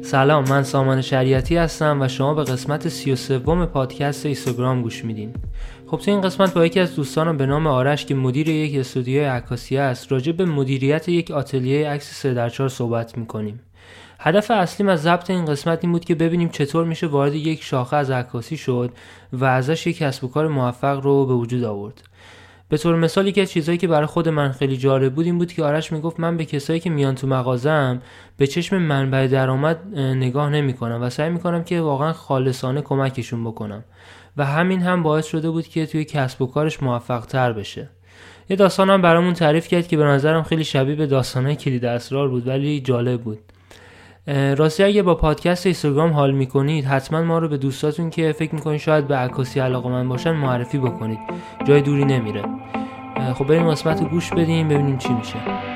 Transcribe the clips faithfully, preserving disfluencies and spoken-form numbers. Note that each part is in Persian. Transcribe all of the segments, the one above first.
سلام، من سامان شریعتی هستم و شما به قسمت سی و سوم پادکست اینستاگرام گوش میدین. خب تو این قسمت با یکی از دوستانم به نام آرش که مدیر یک استودیوی عکاسی است راجع به مدیریت یک آتلیه عکس سه در چهار صحبت میکنیم. هدف اصلیم از ضبط این قسمت این بود که ببینیم چطور میشه وارد یک شاخه از عکاسی شد و ازش یک کسب و کار موفق رو به وجود آورد. به طور مثال یکی از چیزایی که برای خود من خیلی جالب بود این بود که آرش میگفت من به کسایی که میان تو مغازه‌ام به چشم منبع درآمد نگاه نمی‌کنم و سعی می‌کنم که واقعا خالصانه کمکشون بکنم و همین هم باعث شده بود که توی کسب و کارش موفق‌تر بشه. یه داستان هم برامون تعریف کرد که به نظرم خیلی شبیه به داستانای کلید اسرار بود ولی جالب بود. راستی اگه با پادکست اینستاگرام حال میکنید حتما ما رو به دوستاتون که فکر میکنید شاید به عکاسی علاقه‌مند باشن معرفی بکنید، جای دوری نمیره. خب بریم قسمت رو گوش بدیم ببینیم چی میشه.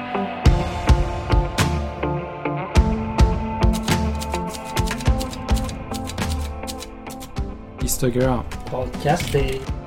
اینستاگرام پادکست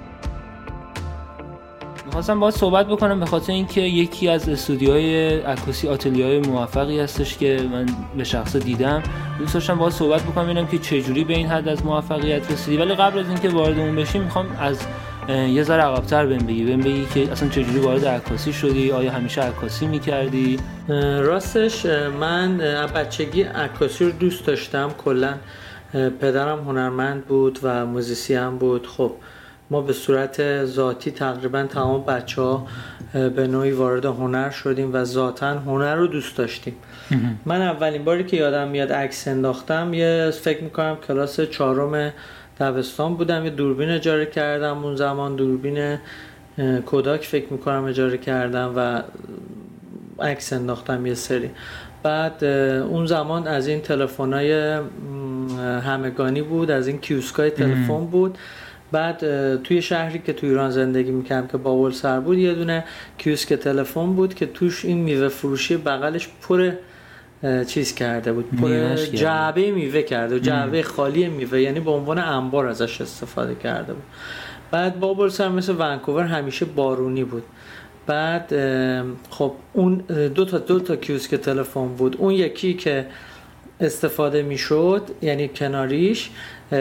می‌خواستم باهات صحبت بکنم به خاطر اینکه یکی از استودیوهای عکاسی آتلیه‌های موفقی هستش که من به شخص دیدم. دوست داشتم باهات صحبت بکنم ببینم که چه جوری به این حد از موفقیت رسیدی، ولی قبل از اینکه وارد اون بشیم می‌خوام از یه ذره عقب‌تر بهم بگی بهم بگی که اصلا چه جوری وارد عکاسی شدی، آیا همیشه عکاسی می‌کردی؟ راستش من بچگی عکاسی رو دوست داشتم. کلاً پدرم هنرمند بود و موزیسین بود. خب ما به صورت ذاتی تقریبا تمام بچه‌ها به نوعی وارد هنر شدیم و ذاتاً هنر رو دوست داشتیم. من اولین باری که یادم میاد عکس انداختم یه فکر میکنم کلاس چهارم دبستان بودم، یه دوربین اجاره کردم. اون زمان دوربین کوداک فکر میکنم اجاره کردم و عکس انداختم یه سری. بعد اون زمان از این تلفن‌های همگانی بود، از این کیوسکای تلفن بود. بعد توی شهری که توی ایران زندگی میکردم که بابلسر بود یه دونه کیوسک تلفن بود که توش این میوه فروشی بغلش پر چیز کرده بود، پر جعبه میوه کرده بود، جعبه خالی میوه، یعنی به عنوان انبار ازش استفاده کرده بود. بعد بابلسر مثل ونکوور همیشه بارونی بود. بعد خب اون دو تا دو تا کیوسک تلفن بود. اون یکی که استفاده میشد یعنی کناریش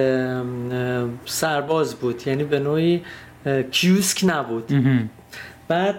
سرباز بود، یعنی به نوعی کیوسک نبود. بعد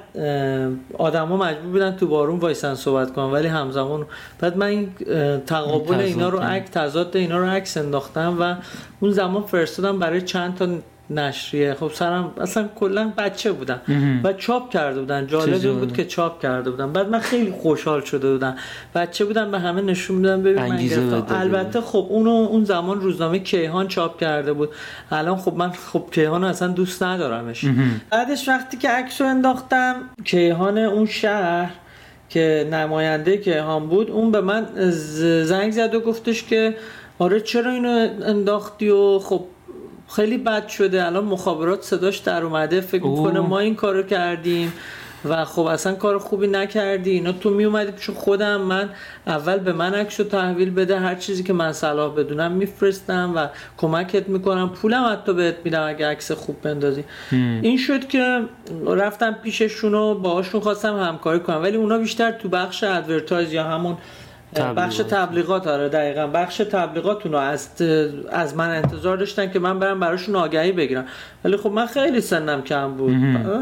آدما مجبور بودن تو بارون وایسن صحبت کنن ولی همزمان بعد من این تقابل اینا رو عکس تضاد اینا رو عکس انداختم و اون زمان فرستادم برای چند تا نشریه. خب سرم اصلا کلا بچه بودم و چاپ کرده بودن. جالب بود که چاپ کرده بودن. بعد من خیلی خوشحال شده بودم، بچه بودم، به همه نشون میدم ببین من گرفتم. البته خب اونو اون زمان روزنامه کیهان چاپ کرده بود. الان خب من خب کیهان اصلا دوست ندارمش. بعدش وقتی که عکسو انداختم کیهان اون شهر که نماینده کیهان بود اون به من زنگ زد و گفتش که آره چرا اینو انداختی و خب خیلی بد شده، الان مخابرات صداش در اومده، فکر میکنه ما این کارو کردیم و خب اصلا کار خوبی نکردی. اینا تو می اومدی پیش خودم، من اول به من عکسو تحویل بده، هر چیزی که من صلاح بدونم میفرستم و کمکت میکنم، پولم حتی بهت میدم اگه عکس خوب بندازی. این شد که رفتم پیششون و باهاشون خواستم همکاری کنم، ولی اونا بیشتر تو بخش ادورتایز یا همون تبلیغات. بخش تبلیغات آره دقیقاً بخش تبلیغات اونو از از من انتظار داشتن که من برم براشون آگهی بگیرم، ولی خب من خیلی سنم کم بود،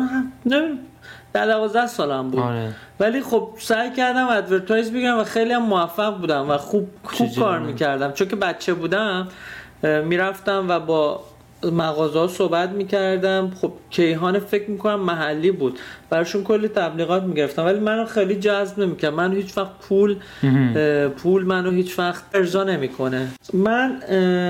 نه دوازده سالم بود. آره. ولی خب سعی کردم ادورتایز بگیرم و خیلی هم موفق بودم و خوب خوب کار میکردم چون که بچه بودم. میرفتم و با مغازه ها صحبت میکردم. خب کیهان فکر میکنم محلی بود، براشون کلی تبلیغات میگرفتم ولی منو خیلی جذب نمیکرد. منو هیچ وقت پول پول منو هیچ وقت ارضا نمیکنه. من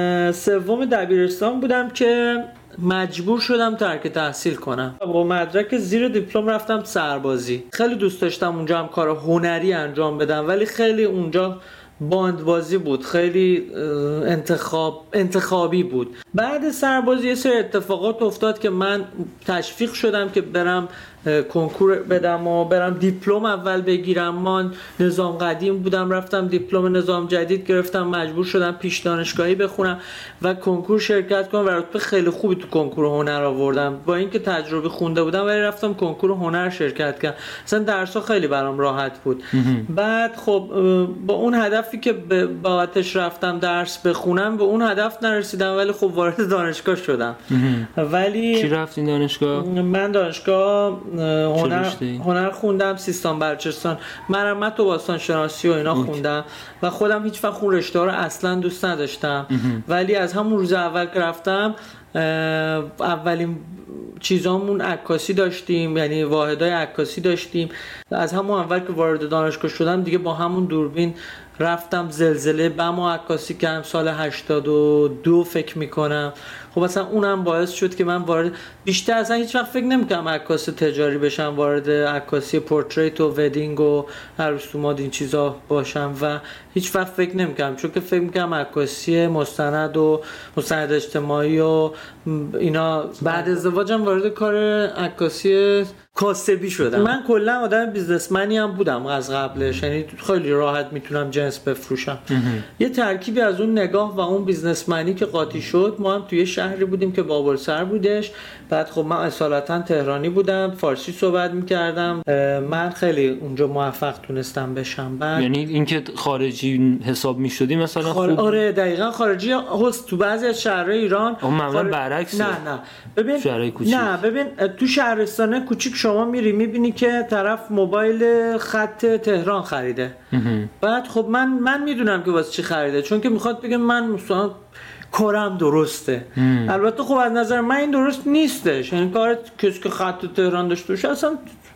سوم دبیرستان بودم که مجبور شدم ترک تحصیل کنم. با مدرک زیر دیپلم رفتم سربازی. خیلی دوست داشتم اونجا هم کار هنری انجام بدم ولی خیلی اونجا باندبازی بود، خیلی انتخاب انتخابی بود. بعد سربازی یه سری اتفاقات افتاد که من تشویق شدم که برم کنکور بدم و برم دیپلم اول بگیرم. من نظام قدیم بودم، رفتم دیپلم نظام جدید گرفتم، مجبور شدم پیش دانشگاهی بخونم و کنکور شرکت کنم و رتبه خیلی خوبی تو کنکور هنر آوردم. با اینکه تجربه خونده بودم ولی رفتم کنکور هنر شرکت کردم. مثلا درس‌ها خیلی برام راحت بود. بعد خب با اون هدفی که بابتش رفتم درس بخونم به اون هدف نرسیدم، ولی خب وارد دانشگاه شدم. ولی چی رفتین دانشگاه؟ من دانشگاه هنر هنر خوندم، سیستان بلوچستان، مرمت و باستان شناسی و اینا خوندم و خودم هیچ وقت اون رشته ها رو اصلا دوست نداشتم. ولی از همون روز اول که رفتم اولین چیزامون عکاسی داشتیم، یعنی واحدهای عکاسی داشتیم. از همون اول که وارد دانشگاه شدم دیگه با همون دوربین رفتم زلزله بم و عکاسی کردم سال هشتاد و دو فکر میکنم. خب مثلا اونم باعث شد که من وارد بیشتر اصلا هیچ وقت فکر نمی‌کردم عکاس تجاری بشم، وارد عکاسی پورتریت و ودینگ و عروس‌دوماد این چیزا باشم و هیچ وقت فکر نمی‌کردم، چون که فکر می‌کردم عکاسی مستند و مستند اجتماعی و اینا. بعد ازدواجم وارد کار عکاسی کاسبی شدم. من کلا آدم بیزنسمنی هم بودم از قبلش، یعنی خیلی راحت میتونم جنس بفروشم. یه ترکیبی از اون نگاه و اون بیزنسمنی که قاطی شد. ما هم توی شهری بودیم که بابلسر بودش. بعد خب من اصالتا تهرانی بودم، فارسی صحبت میکردم. من خیلی اونجا موفق تونستم بشم. بعد یعنی اینکه خارجی حساب میشدی مثلا خار... خوب؟ آره دقیقاً خارجی هست تو بعضی از شهرهای ایران. اون معمولا خار... برعکسه. نه نه ببین شهرهای کوچیک. نه ببین تو شهرستانه کوچیک شما میری میبینی که طرف موبایل خط تهران خریده. بعد خب من من میدونم که واسه چی خریده، چون که میخواد بگه من مثلا کارم درسته. ام. البته خب از نظر من این درست نیستش، یعنی کار کسی که خط تهران داشته باشه اصلا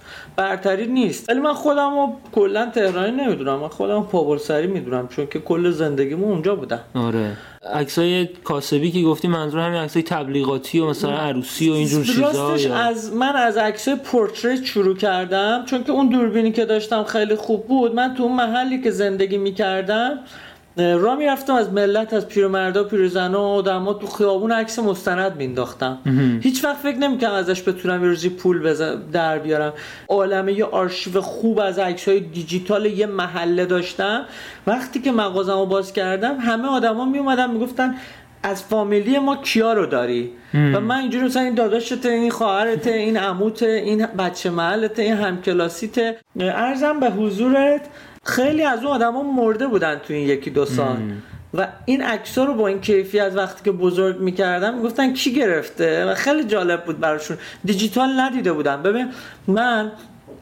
برتری نیست. ولی من خودم رو کلا تهرانی نمیدونم، من خودم پابلسری میدونم، چون که کل زندگیمو اونجا بودم. آره. عکسای کاسبی که گفتی منظور همین عکسای تبلیغاتی و مثلا عروسی و اینجور چیزا؟ راستش یا؟ از من از عکسای پورتریت شروع کردم، چون که اون دوربینی که داشتم خیلی خوب بود. من تو اون محلی که زندگی میکردم راه میرفتم از ملت، از پیرمردا، پیرزنا و آدما تو خیابون عکس مستند مینداختم. هیچ وقت فکر نمی‌کردم ازش بتونم یه روزی پول بز... در بیارم. عالمه یه آرشیو خوب از عکس‌های دیجیتال یه محله داشتم. وقتی که مغازه‌مو باز کردم همه آدما میومدن میگفتن از فامیلی ما کیا رو داری؟ ام. و من اینجوری مثلا این داداشته، این خواهرته، این عموته، این بچه محلته، این همکلاسیته. عرضم به حضورت خیلی از اون آدما مرده بودن تو این یکی دو سال. ام. و این عکس‌ها رو با این کیفیت وقتی که بزرگ می‌کردم میگفتن کی گرفته و خیلی جالب بود براشون. دیجیتال ندیده بودم. ببین من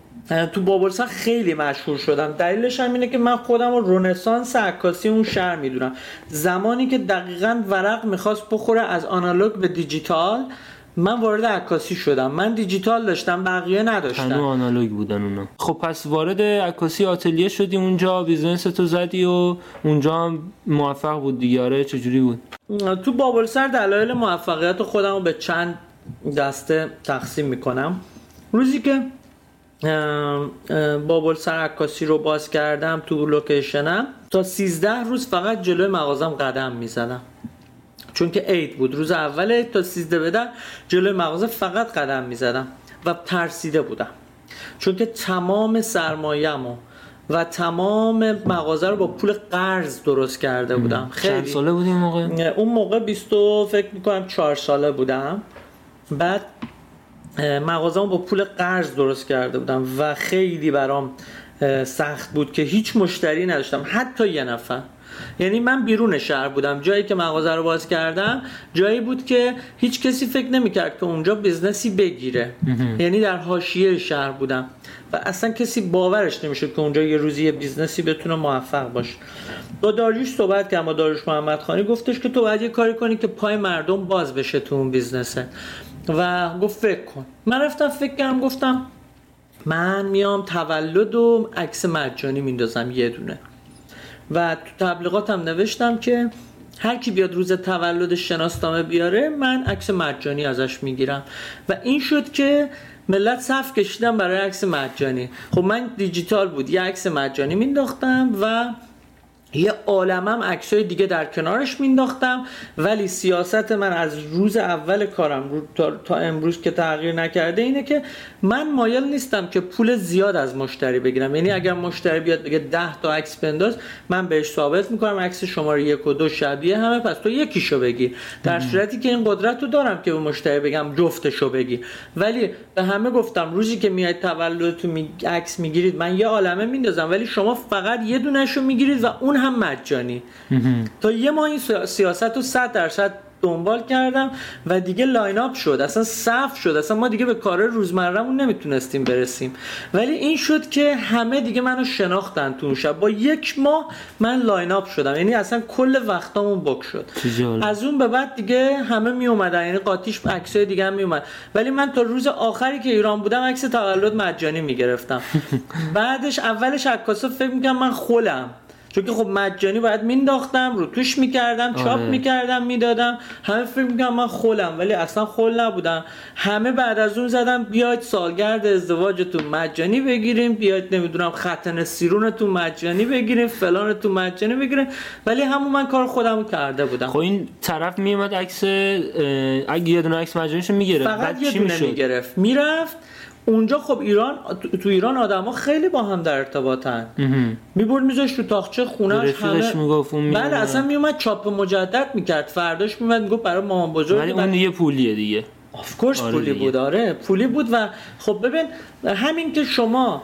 تو بابلسر خیلی مشهور شدم، دلیلش هم اینه که من خودم رو رنسانس عکاسی اون شهر میدونم. زمانی که دقیقاً ورق میخواست بخوره از آنالوگ به دیجیتال، من وارد عکاسی شدم. من دیجیتال داشتم، بقیه نداشتن، هنوز آنالوگ بودن اونا. خب پس وارد عکاسی آتلیه شدی، اونجا بیزنس تو زدی و اونجا هم موفق بود دیگه. آره چجوری بود؟ تو بابلسر دلایل موفقیت خودم رو به چند دسته تقسیم میکنم. روزی که بابلسر عکاسی رو باز کردم تو لوکیشنم، تا سیزده روز فقط جلوی مغازم قدم میزدم، چون که عید بود. روز اول عید تا سیزده بدن جلوی مغازه فقط قدم میزدم و ترسیده بودم، چون که تمام سرمایه‌مو و تمام مغازه رو با پول قرض درست کرده بودم. خیلی. چند ساله بودی اون موقع؟ اون موقع بیست فکر میکنم چهار ساله بودم. بعد مغازه‌مو با پول قرض درست کرده بودم و خیلی برام سخت بود که هیچ مشتری نداشتم، حتی یه نفر. یعنی من بیرون شهر بودم، جایی که مغازه رو باز کردم جایی بود که هیچ کسی فکر نمی‌کرد که اونجا بیزنسی بگیره. یعنی در حاشیه شهر بودم و اصلا کسی باورش نمیشد که اونجا یه روزی یه بیزنسی بتونه موفق باشه. با داریوش صحبت کردم، با داریوش محمدخانی، گفتش که تو باید یه کاری کنی که پای مردم باز بشه تو اون بیزنسه و گفت فکر کن. من رفتم فکر کردم، گفتم من میام تولد و عکس مجانی میندازم یه دونه و تو تبلیغاتم نوشتم که هر کی بیاد روز تولدش شناسنامه بیاره من عکس مجانی ازش میگیرم و این شد که ملت صف کشیدن برای عکس مجانی. خب من دیجیتال بود، یه عکس مجانی مینداختم و یه عالمم عکسای دیگه در کنارش مینداختم. ولی سیاست من از روز اول کارم تا, تا امروز که تغییر نکرده اینه که من مایل نیستم که پول زیاد از مشتری بگیرم. یعنی اگر مشتری بیاد بگه ده تا عکس بنداز، من بهش ثابت میکنم عکس شماره یک و دو شبیه همه، پس تو یکیشو بگیر. در صورتی که این قدرت رو دارم که به مشتری بگم جفتشو بگیر. ولی به همه گفتم روزی که میاد تولدتون می... عکس میگیرید من یه عالمه میندازم، ولی شما فقط یه دونهشو میگیرید و اون هم مجانی. تا یه ماه این سیاست رو صد درصد دنبال کردم و دیگه لاین اپ شد، اصلا صف شد، اصلا ما دیگه به کار روزمرهمون نمیتونستیم برسیم. ولی این شد که همه دیگه منو شناختن تو اون شب. با یک ماه من لاین اپ شدم، یعنی اصلا کل وقتامون بوک شد. از اون به بعد دیگه همه می اومدن، یعنی قاطیش عکسای دیگه هم می اومد. ولی من تا روز آخری که ایران بودم عکس تولد مجانی میگرفتم. بعدش اولش عکاسا فکر می‌کردن من خولم، چون که خب مجانی باید مینداختم رو توش میکردم، چاپ آره. میکردم میدادم، همه فکر میکنم من خولم، ولی اصلا خول نبودم. همه بعد از اون زدم بیاید سالگرد ازدواجتون مجانی بگیریم، بیاید نمیدونم ختنه سیرونتون مجانی بگیریم، فلانتون مجانی بگیریم، ولی همون من کار خودمو کرده بودم. خب این طرف میومد عکس اگه یه دونه عکس مجانیشو میگرفت، فقط یه دونه میگرفت میرفت اونجا. خب ایران تو ایران آدما خیلی با هم در ارتباطن. میبرد میذاش تو تاقچه خونه‌اش، همه میگفت اون بله اصلا میومد چاپ مجدد میکرد، فرداش میومد میگفت برای مامان بزرگ. ولی اون دیگه پولیه دیگه. آف کورس پولی بود، آره پولی بود. و خب ببین همین که شما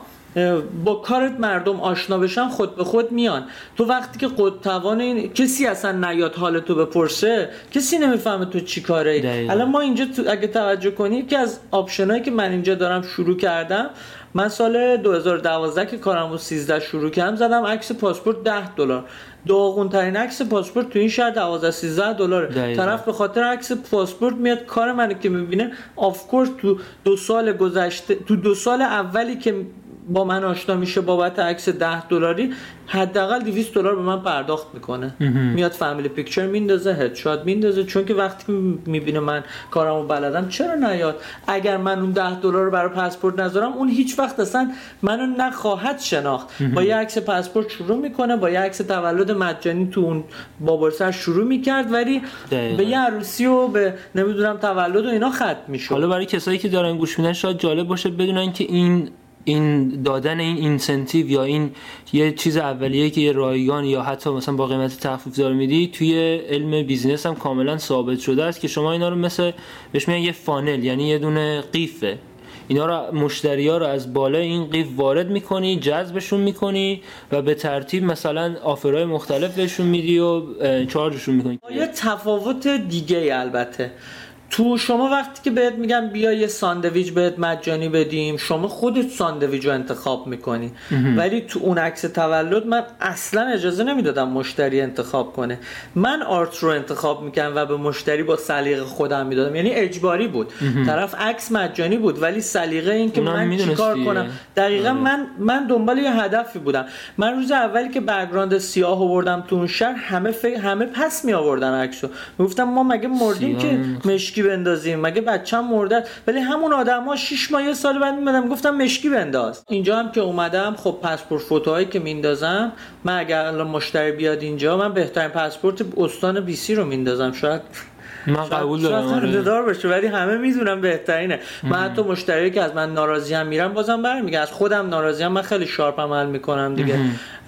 با کارت مردم آشنا بشن خود به خود میان. تو وقتی که قد توان این کسی اصلا نیاد حال تو بپرسه، کسی نمیفهمه تو چی کاره ای. الان ما اینجا تو اگه توجه کنی که از آپشنایی که من اینجا دارم شروع کردم، من سال دو هزار و دوازده که کارمو سیزده شروع کردم زدم عکس پاسپورت ده دلار. داغون ترین عکس پاسپورت تو این شهر دوازده سیزده دلاره. طرف به خاطر عکس پاسپورت میاد کار منو که میبینه. آف کورس تو دو سال گذشته، تو دو سال اولی که با من آشنا میشه بابت عکس ده دلاری حداقل دویست دلار به من پرداخت میکنه. میاد فامیلی پیکچر میندازه، هدشات میندازه، چون که وقتی میبینه من کارمو بلدم چرا نیاد. اگر من اون ده دلار رو برای پاسپورت نذارم اون هیچ وقت اصلا منو نخواهد شناخت. با یه عکس پاسپورت شروع میکنه، با یه عکس تولد مجانی تو اون بابرسر شروع میکرد، ولی دقیقا. به یه عروسی و به نمیدونم تولد و اینا ختم میشد. حالا برای کسایی که دارن گوش میدن شاید جالب باشه بدونن که این این دادن این اینسنتیو یا این یه چیز اولیه که یه رایگان یا حتی مثلا با قیمت تخفیف دار میدی توی علم بیزینس هم کاملا ثابت شده است که شما اینا رو مثل بهش میگن یه فانل، یعنی یه دونه قیفه، اینا رو مشتری‌ها رو از بالای این قیف وارد می‌کنی، جذبشون می‌کنی و به ترتیب مثلا آفرهای مختلف بهشون میدی و چارجشون می‌کنی. یه تفاوت دیگه البته تو شما وقتی که بهت میگم بیا یه ساندویچ بهت مجانی بدیم، شما خودت ساندویچ رو انتخاب میکنی. ولی تو اون عکس تولد من اصلا اجازه نمیدادم مشتری انتخاب کنه. من آرت رو انتخاب میکنم و به مشتری با سلیقه خودم میدادم، یعنی اجباری بود. طرف عکس مجانی بود ولی سلیقه این که من چیکار کنم دقیقاً من من دنبال یه هدفی بودم. من روز اولی که بک‌گراند سیاه آوردم تو اون شهر همه ف... همه پس می آوردن عکسو. میگفتم ما مگه مردیم که مشکی بندازیم، مگه بچه‌م مرده؟ ولی همون آدم‌ها شش ماه یه سال بعد میمدم گفتم مشکی بنداز. اینجا هم که اومدم خب پاسپورت فوتوهایی که میندازم، من اگر الان مشتری بیاد اینجا من بهترین پاسپورت استان بی سی رو میندازم. شاید من قبول دارم دار بشه ولی همه میدونم بهترینه. من حتی مشتری که از من ناراضی هم میرم بازم برمیگه. از خودم ناراضی هم من خیلی شارپ عمل میکنم دیگه.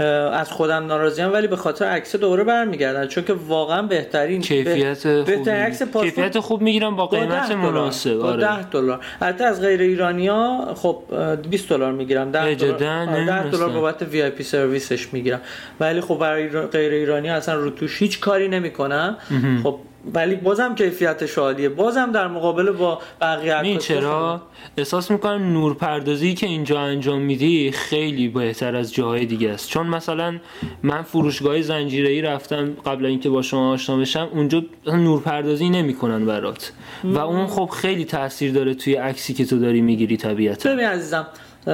از خودم ناراضی هم ولی به خاطر عکس دوباره برمیگردن، چون که واقعا بهترین کیفیت بهترین عکس کیفیت خوب میگیرم با قیمت مناسب. آره ده دلار. البته از غیر ایرانیا خب بیست دلار میگیرم، ده دلار ده دلار بابت وی آی پی سرویسش میگیرم، ولی خب برای غیر ایرانی اصلا رو توش هیچ کاری نمیکنم. خب ولی بازم کیفیتش عالیه، بازم در مقابل با بقیه عکاسا. چرا احساس میکنم نورپردازی که اینجا انجام میدی خیلی بهتر از جاهای دیگه است. چون مثلا من فروشگاه زنجیره‌ای رفتم قبل اینکه با شما آشنا بشم، اونجا نورپردازی نمیکنن برات و اون خب خیلی تاثیر داره توی عکسی که تو داری میگیری طبیعتا. ببین عزیزم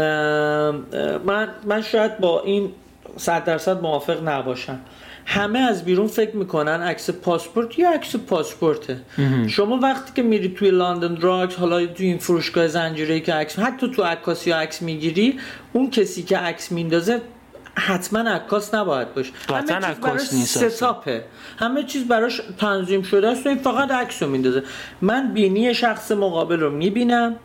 من من شاید با این صد درصد موافق نباشم. همه از بیرون فکر میکنن عکس پاسپورت یا عکس پاسپورته. شما وقتی که میری توی لندن دراگز، حالا توی این فروشگاه زنجیره‌ای که عکس، حتی تو عکاسی عکس میگیری، اون کسی که عکس میندازه حتما عکاس نباید باشه، قطعا عکاس نیست، ستاپه، همه چیز براش تنظیم شده است و این فقط عکسو میندازه. من بینی شخص مقابل رو میبینم،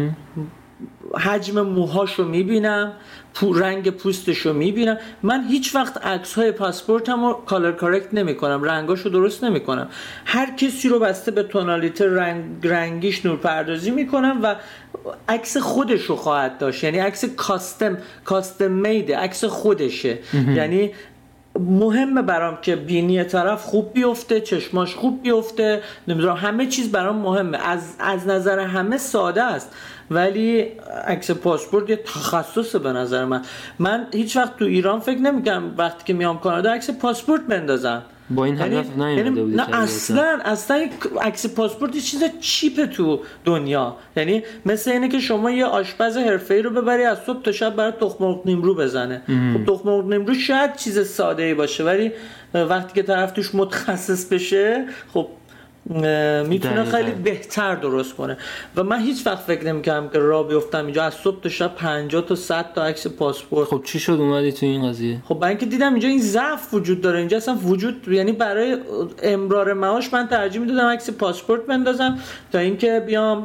حجم موهاشو میبینم، پو رنگ پوستشو میبینم. من هیچ وقت عکس‌های پاسپورتمو کالر کارکت نمی‌کنم، رنگاشو درست نمی‌کنم. هر کسی رو بسته به تونالیته رنگ رنگیش نورپردازی می‌کنم و عکس خودشو خواهد داشت، یعنی عکس کاستم کاستم میده، عکس خودشه. یعنی مهمه برام که بینی طرف خوب بیفته، چشماش خوب بیفته، نمیدونم، همه چیز برام مهمه. از از نظر همه ساده است، ولی عکس پاسپورت یه تخصصه به نظر من. من هیچ وقت تو ایران فکر نمی‌کنم وقتی که میام کانادا عکس پاسپورت بندازم. با این هدف نیومده بودی؟ نه اصلا اصلا عکس پاسپورت یه چیز چیپه تو دنیا. یعنی مثل اینه که شما یه آشپز حرفه‌ای رو ببری از صبح تا شب برای تخم مرغ نیمرو بزنه. خب تخم مرغ نیمرو شاید چیز ساده‌ای باشه، ولی وقتی که طرف توش متخصص بشه خب میتونه خیلی بهتر درست کنه. و من هیچ وقت فکر نمی‌کردم که راه بیفتم اینجا از صبح تا شب پنجاه تا صد تا عکس پاسپورت. خب چی شد اومدی تو این قضیه؟ خب من که دیدم اینجا این ضعف وجود داره، اینجا اصلا وجود، یعنی برای امرار معاش من ترجیح میدادم عکس پاسپورت بندازم تا اینکه بیام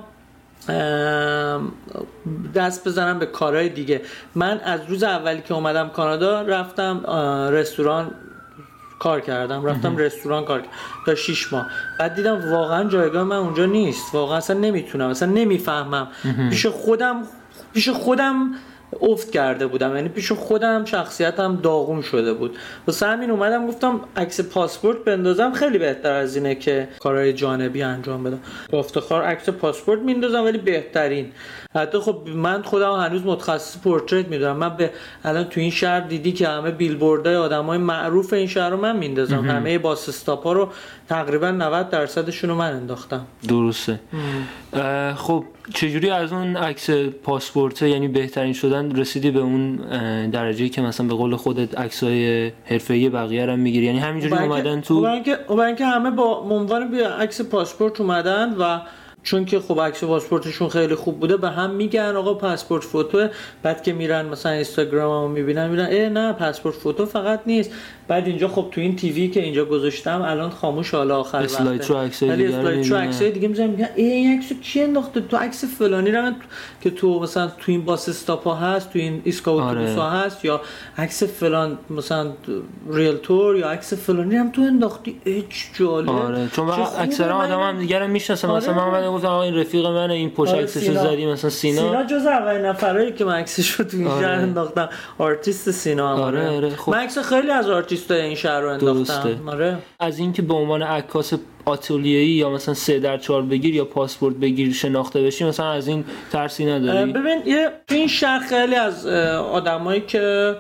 دست بزنم به کارهای دیگه. من از روز اولی که اومدم کانادا رفتم رستوران کار کردم، رفتم رستوران کار کردم تا شش ماه. بعد دیدم واقعا جایگاه من اونجا نیست، واقعا اصلا نمیتونم، اصلا نمیفهمم. پیش خودم پیش خودم افت کرده بودم، یعنی پیش خودم شخصیتم داغون شده بود. واسه همین اومدم گفتم عکس پاسپورت بندازم خیلی بهتر از اینه که کارهای جانبی انجام بدم. با افتخار عکس پاسپورت میندازم، ولی بهترین. حتی خب من خودم هنوز متخصص پورتریت میدونم. من به الان تو این شهر دیدی که همه بیلبوردهای آدمای معروف این شهر رو من میندازم، همه باس استاپا رو تقریبا نود درصدشون رو من انداختم. درسته. خب چجوری از اون عکس پاسپورت، یعنی بهترین شدن، رسیدی به اون درجه‌ای که مثلا به قول خودت عکسای حرفه‌ای بقیه رو میگیری؟ یعنی همینجوری اومدن تو؟ برای اینکه برای اینکه همه با عنوان به عکس پاسپورت اومدن و چون که خب عکس پاسپورتشون خیلی خوب بوده به هم میگن آقا پاسپورت فوتو. بعد که میرن مثلا اینستاگراممو میبینن میرن اه نه پاسپورت فوتو فقط نیست. بعد اینجا خب تو این تیوی که اینجا گذاشتم الان خاموش حالا آخر وقته، اسلاید رو عکسای دیگه اسلاید رو عکسای دیگه میذارم میگن این عکسو کی انداخته؟ تو عکس فلانی رو که تو مثلا تو این باس استاپا هست، تو این اسکا اتوبوسا هست، یا عکس فلان مثلا ریلتور یا عکس فلانی هم تو انداختی. هیچ جالب. آره چون اکثرا آدما هم دیگه رو میشناسن. مثلا من گفتم آقا این رفیق منه، این پشت عکسشو زدی، مثلا سینا سینا جز اولین نفرایی که من عکسشو تو این شهر انداختم، آرتیست سینا. آره آره خب من عکس خیلی از آرتیستای این شهر رو انداختم. آره از اینکه به عنوان عکاس آتلیه‌ای یا مثلا سه در چهار بگیر یا پاسپورت بگیر شناخته بشی، مثلا از این ترسی نداری؟ ببین یه تو این شهر خیلی از آدمایی که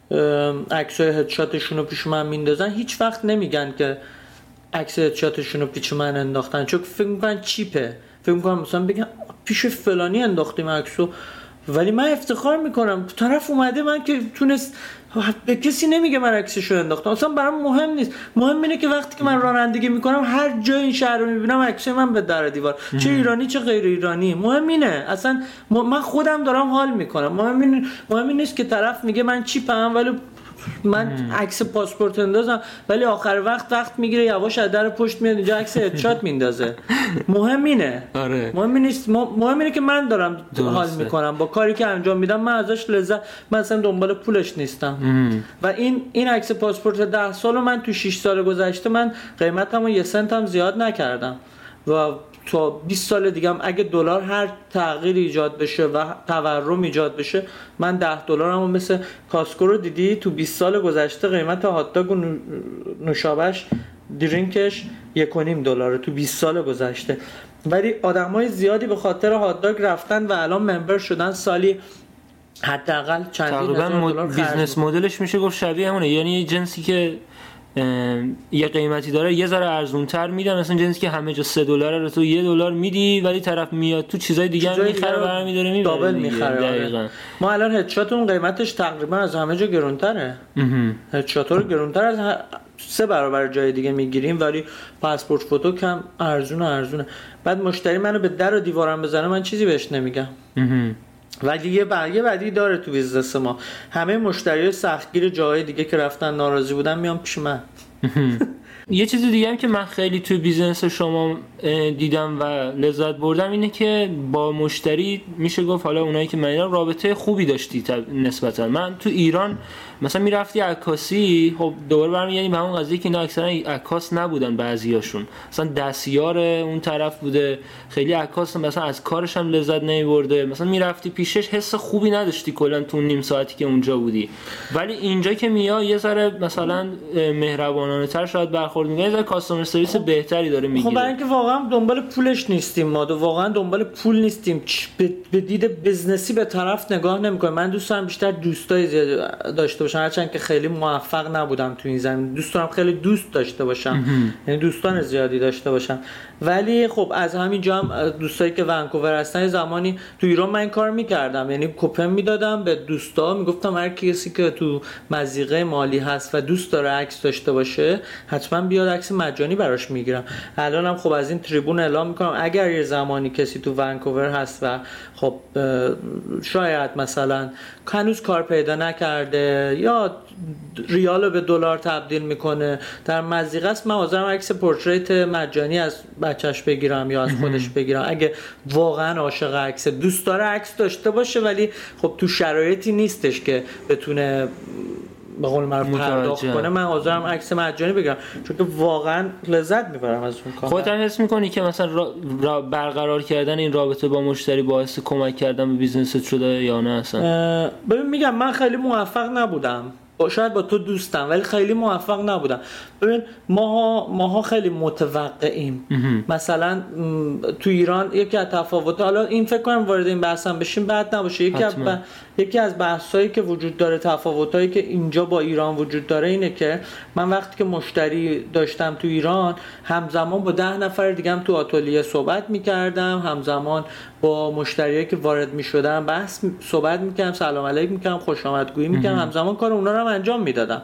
عکسای هدشاتشون رو پیش من میندازن هیچ وقت نمیگن که عکس هدشاتشون رو پیش من انداختن، چون فکر میکنن چیپه. فکر میکنم مثلا بگن پیش فلانی انداختیم عکسو، ولی من افتخار میکنم طرف اومده من که تونست به کسی نمیگه من عکسشو انداختم. اصلا برام مهم نیست. مهم اینه که وقتی که من رانندگی میکنم هر جای این شهر رو میبینم عکس من به در دیوار، چه ایرانی چه غیر ایرانی، مهم اینه. اصلا من خودم دارم حال میکنم. مهم این مهم این نیست که طرف میگه من چیپم ولی من عکس پاسپورت اندازم، ولی آخر وقت وقت میگیره یواش از در پشت میاد اینجا عکس هدشات میندازه. مهم اینه. آره. مهم نیست. مهم اینه که من دارم حال میکنم با کاری که انجام میدم، من ازش لذت، من اصلا دنبال پولش نیستم. ام. و این این عکس پاسپورت ده سالو من تو شش سال گذشته من قیمتمو یه سنت هم زیاد نکردم و تا بیست سال دیگه هم اگه دلار هر تغییر ایجاد بشه و تورم ایجاد بشه، من ده دلارمو مثل کاسکو رو دیدی تو بیست سال گذشته قیمت هات داگ و نوشابهش درینکش یک و نیم دلاره تو بیست سال گذشته. ولی آدمای زیادی به خاطر هات داگ رفتن و الان ممبر شدن، سالی حداقل چندین هزار دلار خرج. بیزنس مدلش میشه گفت شبیه همونه، یعنی یه جنسی که یه قیمتی داره یه ذره ارزونتر میدن، مثلا جنسی که همه جا سه دلاره رو تو یه دلار میدی، ولی طرف میاد تو چیزای دیگه هم میخره برمی‌داره میبره دابل میخره. دقیقاً. ما الان هدشاتون قیمتش تقریبا از همه جا گرونتره. هدشات رو گرونتر از سه برابر جای دیگه میگیریم، ولی پاسپورت فوتو کم ارزونه ارزونه. بعد مشتری منو به در و دیوارم بزنه من چیزی بهش نمیگم. ولی یه بعدی بعدی داره تو بیزنس ما. همه مشتریای سختگیر جاهای دیگه که رفتن ناراضی بودن میان پیش من. یه چیز دیگه هم که من خیلی توی بیزنس شما دیدم و لذت بردم اینه که با مشتری میشه گفت، حالا اونایی که من دیدم، رابطه خوبی داشتی نسبتا. من تو ایران مثلا میرفتی عکاسی، خب دوباره برمیگردیم به همون قضیه که اینا اکثرا عکاس نبودن، بعضیاشون مثلا دستیار اون طرف بوده، خیلی عکاس مثلا از کارش هم لذت نمیبرده، مثلا میرفتی پیشش حس خوبی نداشتی کلا تو نیم ساعتی که اونجا بودی. ولی اینجا که میای یه ذره مثلا مهربانانه تر شاید برخورد میکنه، یه ذره کاستمر سرویس خب بهتری داره میگیره. خب برای اینکه واقعا دنبال پولش نیستیم، ما دو واقعا دنبال پول نیستیم، به دید بزنسی به طرف نگاه نمیکنیم. من دوست دارم بیشتر دوستای زیاد داشته باشم، هرچند که خیلی موفق نبودم تو این زمین. دوست دارم خیلی دوست داشته باشم، یعنی دوستان زیادی داشته باشم. ولی خب از همینجا هم دوستایی که ونکوور هستن، زمانی تو ایران من این کار میکردم، یعنی کوپن میدادم به دوستا، میگفتم هر کسی که تو مضیقه مالی هست و دوست داره عکس داشته باشه حتما بیاد عکس مجانی براش میگیرم. الانم خب از این تریبون اعلام میکنم اگر یه زمانی کسی تو ونکوور هست و خب شاید مثلا هنوز کار پیدا نکرده یا ریال به دلار تبدیل میکنه در مضیقه است، من حاضرم عکس پورتریت مجانی از بچهش بگیرم یا از خودش بگیرم اگه واقعا عاشق عکس، دوست داره عکس داشته باشه ولی خب تو شرایطی نیستش که بتونه به قول معروف پرداخت کنه. من حاضرم عکس مجانی بگیرم چون که واقعا لذت میبرم از اون کار. خودت هم حس میکنی که مثلا را... را برقرار کردن این رابطه با مشتری باعث کمک کردن به بیزنست شده یا نه اصلا؟ ببین میگم من خیلی موفق نبودم، شاید با تو دوستم ولی خیلی موفق نبودم. ببین ماها ماها خیلی متوقعیم. مثلا تو ایران یکی از تفاوت، حالا این فکر کنم وارد این بحثم بشیم بعد نباشه، یکی از ب... یکی از بحثایی که وجود داره، تفاوتایی که اینجا با ایران وجود داره اینه که من وقتی که مشتری داشتم تو ایران همزمان با ده نفر دیگه هم تو آتلیه صحبت می‌کردم، همزمان با مشتریایی که وارد می‌شدن بحث صحبت می‌کردم، سلام علیک می‌کردم، خوش آمدگویی می‌کردم، همزمان کار اونا رو انجام میدادم.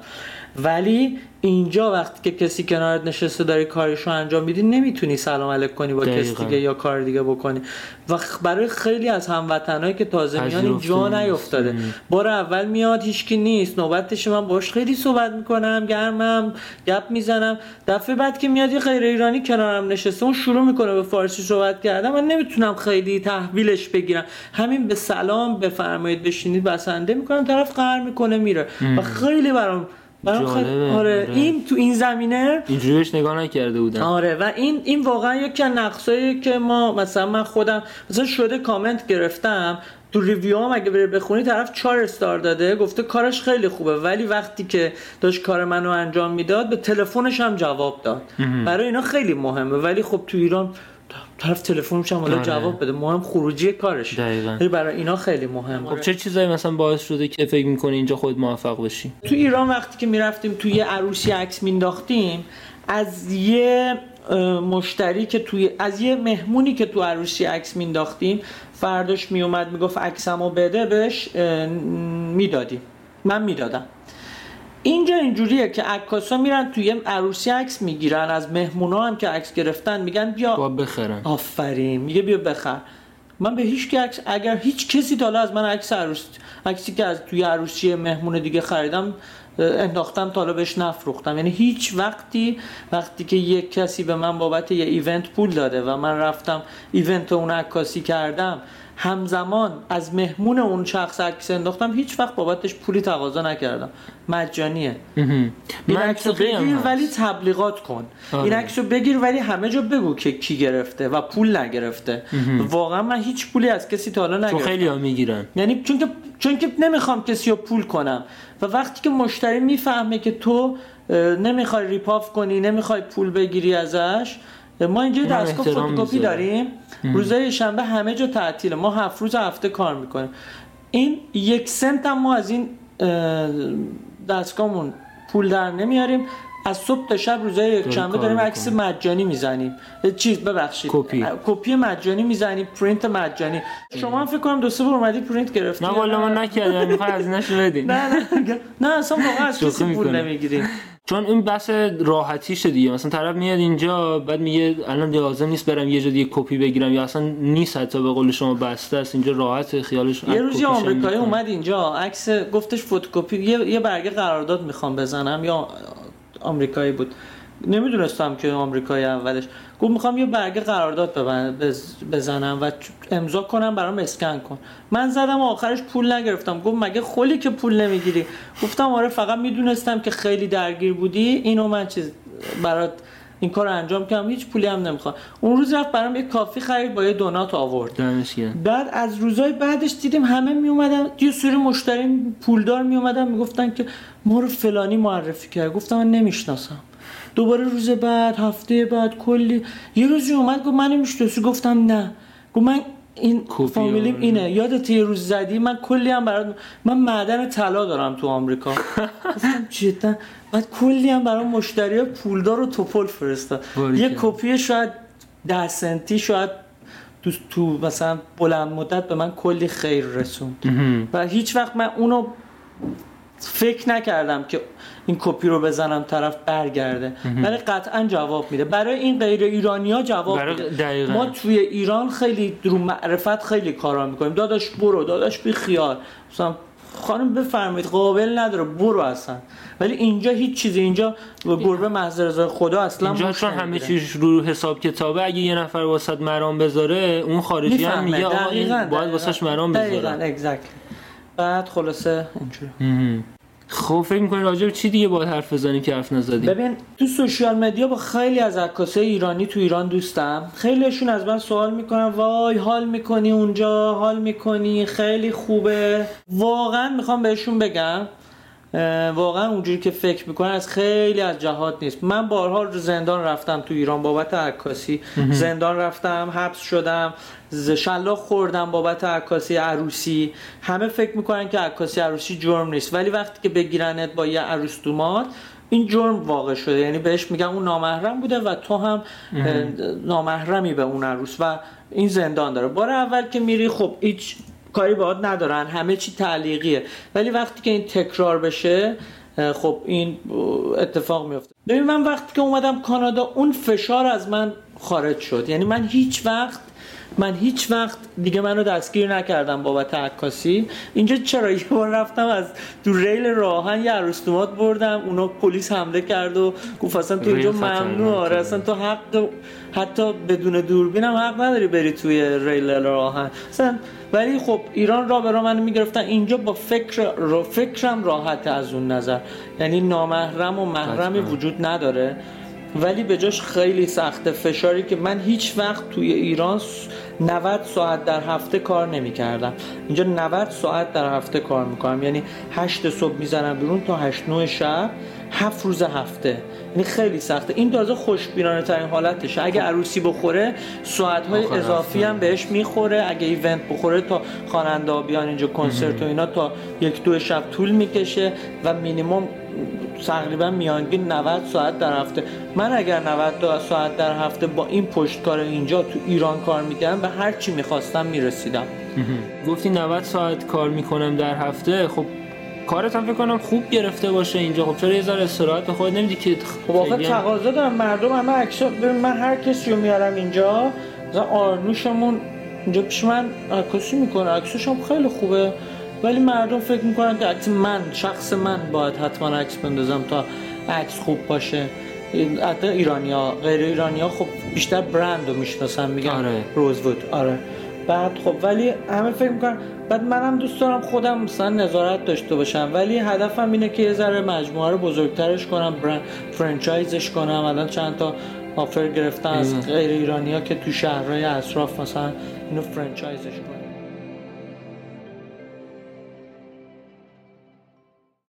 ولی اینجا وقتی که کسی کنارت نشسته داری کارشو انجام میدی نمیتونی سلام علیک کنی با کسی دیگه یا کار دیگه بکنی. و برای خیلی از هموطنایی که تازه میان اینجا نیافتاده، بار اول میاد هیچکی نیست، نوبتش من باش خیلی صحبت میکنم، گرمم گپ میزنم، دفعه بعد که میاد یه غیر ایرانی کنارم نشسته اون شروع میکنه به فارسی صحبت کردن، من نمیتونم خیلی تحویلش بگیرم، همین به سلام بفرمایید بشینید بسنده میکنم، طرف قهر میکنه میره. و خیلی برام جالبه. آره این تو این زمینه اینجوری بهش نگاه نکرده بودم. آره و این این واقعا یکی از نقصایی که ما مثلا من خودم مثلا شده کامنت گرفتم تو ریویو هم اگه بره بخونی طرف چهار استار داده، گفته کارش خیلی خوبه ولی وقتی که داشت کار منو انجام میداد به تلفنش هم جواب داد. برای اینا خیلی مهمه ولی خب تو ایران طرف تلفنش هم حالا جواب بده، مهم خروجی کارش. ولی برای اینا خیلی مهمه. خب چه چیزایی مثلا باعث شده که فکر می‌کنی اینجا خود موفق بشی؟ تو ایران وقتی که میرفتیم توی یه عروسی عکس مینداختیم، از یه مشتری که توی از یه مهمونی که تو عروسی عکس مینداختیم فرداش میومد میگفت عکسمو بده، بهش میدادیم، من میدادم. اینجا اینجوریه که عکاسا میرن توی عروسی عکس میگیرن، از مهمونا هم که عکس گرفتن میگن بیا با بخرن. آفرین، میگه بیا بخر. من به هیچ عکس، اگر هیچ کسی تا حالا از من عکس عروسی عکسی که از توی عروسی مهمون دیگه خریدم انداختم تا حالا بهش نفروختم. یعنی هیچ وقتی وقتی که یک کسی به من بابت یه ایونت پول داده و من رفتم ایونت اون عکاسی کردم، همزمان از مهمون اون شخص عکس انداختم، هیچ وقت بابتش پولی تقاضا نکردم، مجانیه. این عکسو بگیر ولی تبلیغات کن. آره. این عکسو بگیر ولی همه جا بگو که کی گرفته و پول نگرفته. واقعا من هیچ پولی از کسی تا حالا نگرفتم. تو خیلی‌ها میگیرن. یعنی چون که چون که نمیخوام کسی رو پول کنم و وقتی که مشتری میفهمه که تو نمیخوای ریپاف کنی، نمیخوای پول بگیری ازش. ما اینجا دستگاه فتوکپی داریم، روزهای شنبه همه جا تعطیله، ما هفت روز هفته کار میکنیم. این یک سنت هم ما از این دستگاهمون پول در نمیاریم. از صبح تا شب روزهای یک شنبه داریم عکس مجانی میزنیم، چیز ببخشید کپی کپی مجانی میزنیم، پرینت مجانی. شما هم فکر کنم دو سه بار اومدی پرینت گرفتی؟ نه والا من نکردم، میخوام هزینه‌شو بدین. نه نه نه اصلا واقعا از کسی پول نمیگیریم. چون این بحث راحتیشه دیگه، مثلا طرف میاد اینجا بعد میگه الان لازم نیست برم یه جا دیگه کپی بگیرم یا اصلا نیست، حتی به قول شما بسته است اینجا راحت خیالش. یه روز یه آمریکایی اومد اینجا عکس گفتش فتوکپی یه یه برگه قرارداد میخوام بزنم، یا آمریکایی بود نمیدونستم که آمریکایی اولش، گفت میخوام یه برگه قرارداد بزنم و امضا کنم برام اسکن کن. من زدم آخرش پول نگرفتم. گفت مگه خلی که پول نمیگیری؟ گفتم آره فقط میدونستم که خیلی درگیر بودی اینو من چیز برات این کارو انجام کردم، هیچ پولی هم نمیخوام. اون روز رفت برام یه کافی خرید با یه دونات آورد. بعد از روزای بعدش دیدیم همه میومدن، یه سری مشتری پولدار میومدن میگفتن که ما رو فلانی معرفی کرد. گفتم من نمیشناسم. دوباره روز بعد هفته بعد کلی یه روزی اومد گفت من نمیشناسی. گفتم نه. گفت من این فامیلیم اینه، یادت یه روز زدی من کلی هم برات من معدن طلا دارم تو آمریکا. گفتم جدا. بعد کلی هم برام مشتریای پولدار و توپل فرستاد. یه کپی شاید ده سنتی شاید تو تو مثلا بلند مدت به من کلی خیر رسوند و هیچ وقت من اونو فکر نکردم که این کپی رو بزنم طرف برگرده، ولی قطعا جواب میده. برای این غیر ایرانی‌ها جواب میده. ما توی ایران خیلی رو معرفت خیلی کارا میکنیم، داداش برو، داداش بی خیال، مثلا خانم بفرمایید قابل نداره برو اصلا. ولی اینجا هیچ چیزی، اینجا گربه محض رضای خدا اصلا اینجا چون همه چیز رو حساب کتابه، اگه یه نفر واسط مرام بذاره اون خارجی هم میگه آقا این باید واسش مرام بذاره. دقیقاً اگزکتلی. بعد خلاصه اینجوری. خب فکر می‌کنی راجع به چی دیگه باید حرف بزنیم که حرف نزدیم؟ ببین تو سوشال مدیا با خیلی از عکاسای ایرانی تو ایران دوستم، خیلیشون از من سوال میکنن وای حال میکنی اونجا، حال میکنی خیلی خوبه. واقعا میخوام بهشون بگم واقعا اونجوری که فکر میکنن از خیلی از جهات نیست. من بارها زندان رفتم تو ایران بابت عکاسی، زندان رفتم، حبس شدم، شلاق خوردم بابت عکاسی عروسی. همه فکر میکنن که عکاسی عروسی جرم نیست، ولی وقتی که بگیرنت با یه عروس دومات این جرم واقع شده، یعنی بهش میگن اون نامحرم بوده و تو هم نامحرمی به اون عروس و این زندان داره. بار اول که میری خب هیچ کاری باهات ندارن، همه چی تعلیقیه، ولی وقتی که این تکرار بشه خب این اتفاق میفته. ببین من وقتی که اومدم کانادا اون فشار از من خارج شد، یعنی من هیچ وقت من هیچ وقت دیگه منو دستگیر نکردم بابت عکاسی. اینجا چرا یه بار رفتم از دو ریل راهن یه عروس‌دومات بردم، اونا پلیس حمله کرد و گفت اصلا تو اینجا ممنوع، آره اصلا تو حق حتی بدون دوربینم حق نداری بری توی ریل راهن اصلا. ولی خب ایران را برا من میگرفتن، اینجا با فکر را فکرم راحت از اون نظر، یعنی نامحرم و محرمی وجود نداره ولی به جاش خیلی سخته. فشاری که من هیچ وقت توی ایران نود ساعت در هفته کار نمی کردم، اینجا نود ساعت در هفته کار میکنم، یعنی هشت صبح میزنم بیرون تا هشت نه شب، هفت روز هفته، یعنی خیلی سخته. این تازه خوشبینانه ترین حالتشه. اگه عروسی بخوره ساعت های اضافی هم بهش میخوره، اگه ایونت بخوره تا خواننده ها بیان اینجا کنسرت و اینا تا یک دو شب طول میکشه و مینیمم تقریبا میانگین نود ساعت در هفته. من اگر نود ساعت در هفته با این پشتکار اینجا تو ایران کار میکردم به هر چی میخواستم میرسیدم. گفتی نود ساعت کار میکنم در هفته، خب کارت هم فکر کنم خوب گرفته باشه اینجا، خب چرا یه ذره استراحت به خودت نمیدی که خب آخه تقاضا دارم مردم همه عکسا. من هر کسی رو میارم اینجا، مثلا آرنوشمون اینجا پیش من عکاسی میکنه، عکسش هم خیلی خوبه، ولی مردم فکر میکنن که عکس من شخص من باید حتما عکس بندازم تا عکس خوب باشه. حتی ایرانی‌ها، غیر ایرانی‌ها خب بیشتر برند رو میشناسن، میگن آره. روزوود. آره بعد خب ولی همه فکر میکنن. بعد منم دوست دارم خودم مثلا نظارت داشته باشم، ولی هدفم اینه که یه ذره مجموعه رو بزرگترش کنم، برند فرانچایزش کنم. الان چند تا آفر گرفتن از غیر ایرانی‌ها که تو شهرهای اطراف مثلا اینو فرانچایزش کنم.